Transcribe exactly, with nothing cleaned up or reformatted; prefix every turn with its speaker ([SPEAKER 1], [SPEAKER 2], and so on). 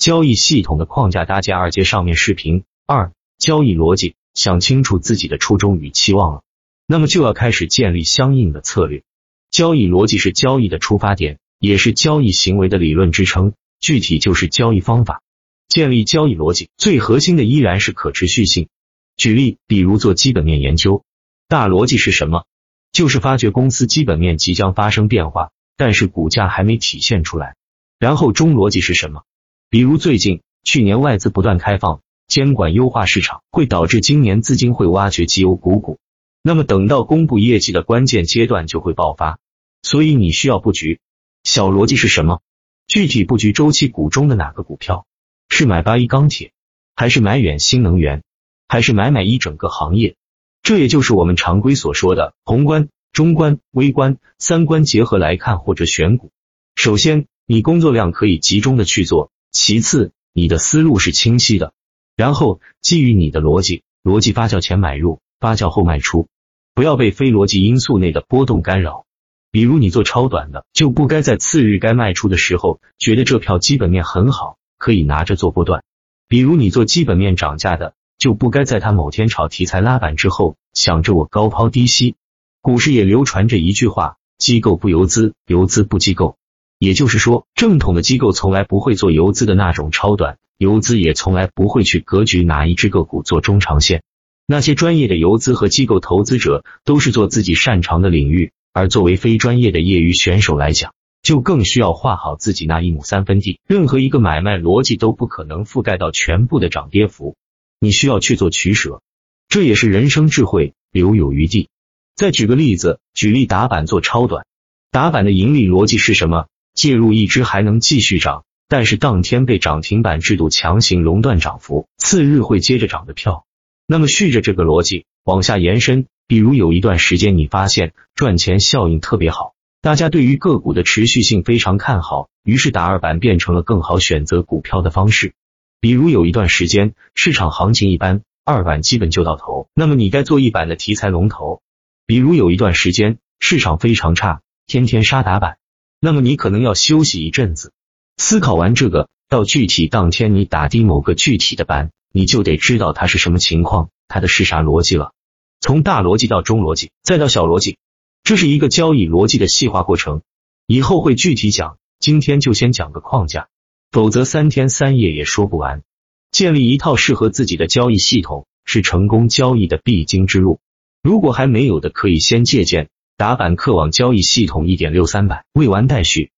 [SPEAKER 1] 交易系统的框架搭建。二节上面视频。二、交易逻辑，想清楚自己的初衷与期望了，那么就要开始建立相应的策略。交易逻辑是交易的出发点，也是交易行为的理论支撑，具体就是交易方法。建立交易逻辑，最核心的依然是可持续性。举例，比如做基本面研究，大逻辑是什么？就是发觉公司基本面即将发生变化，但是股价还没体现出来。然后中逻辑是什么？比如最近去年外资不断开放，监管优化市场，会导致今年资金会挖掘绩优股股，那么等到公布业绩的关键阶段就会爆发，所以你需要布局。小逻辑是什么？具体布局周期股中的哪个股票？是买八一钢铁，还是买远新能源，还是买买一整个行业？这也就是我们常规所说的宏观、中观、微观三观结合来看或者选股。首先，你工作量可以集中的去做，其次，你的思路是清晰的，然后基于你的逻辑，逻辑发酵前买入，发酵后卖出，不要被非逻辑因素内的波动干扰。比如你做超短的，就不该在次日该卖出的时候，觉得这票基本面很好，可以拿着做波段。比如你做基本面涨价的，就不该在它某天炒题材拉板之后，想着我高抛低吸。股市也流传着一句话，机构不游资，游资不机构。也就是说，正统的机构从来不会做游资的那种超短，游资也从来不会去格局哪一只个股做中长线。那些专业的游资和机构投资者都是做自己擅长的领域，而作为非专业的业余选手来讲，就更需要画好自己那一亩三分地，任何一个买卖逻辑都不可能覆盖到全部的涨跌幅，你需要去做取舍，这也是人生智慧，留有余地。再举个例子，举例打板做超短，打板的盈利逻辑是什么？介入一只还能继续涨，但是当天被涨停板制度强行垄断涨幅，次日会接着涨的票。那么续着这个逻辑往下延伸，比如有一段时间你发现赚钱效应特别好，大家对于个股的持续性非常看好，于是打二板变成了更好选择股票的方式。比如有一段时间市场行情一般，二板基本就到头，那么你该做一板的题材龙头。比如有一段时间市场非常差，天天杀打板，那么你可能要休息一阵子。思考完这个，到具体当天你打低某个具体的板，你就得知道它是什么情况，它的是啥逻辑了。从大逻辑到中逻辑，再到小逻辑，这是一个交易逻辑的细化过程，以后会具体讲，今天就先讲个框架，否则三天三夜也说不完。建立一套适合自己的交易系统，是成功交易的必经之路。如果还没有的，可以先借鉴打板客网交易系统 一点六三 版，未完待续。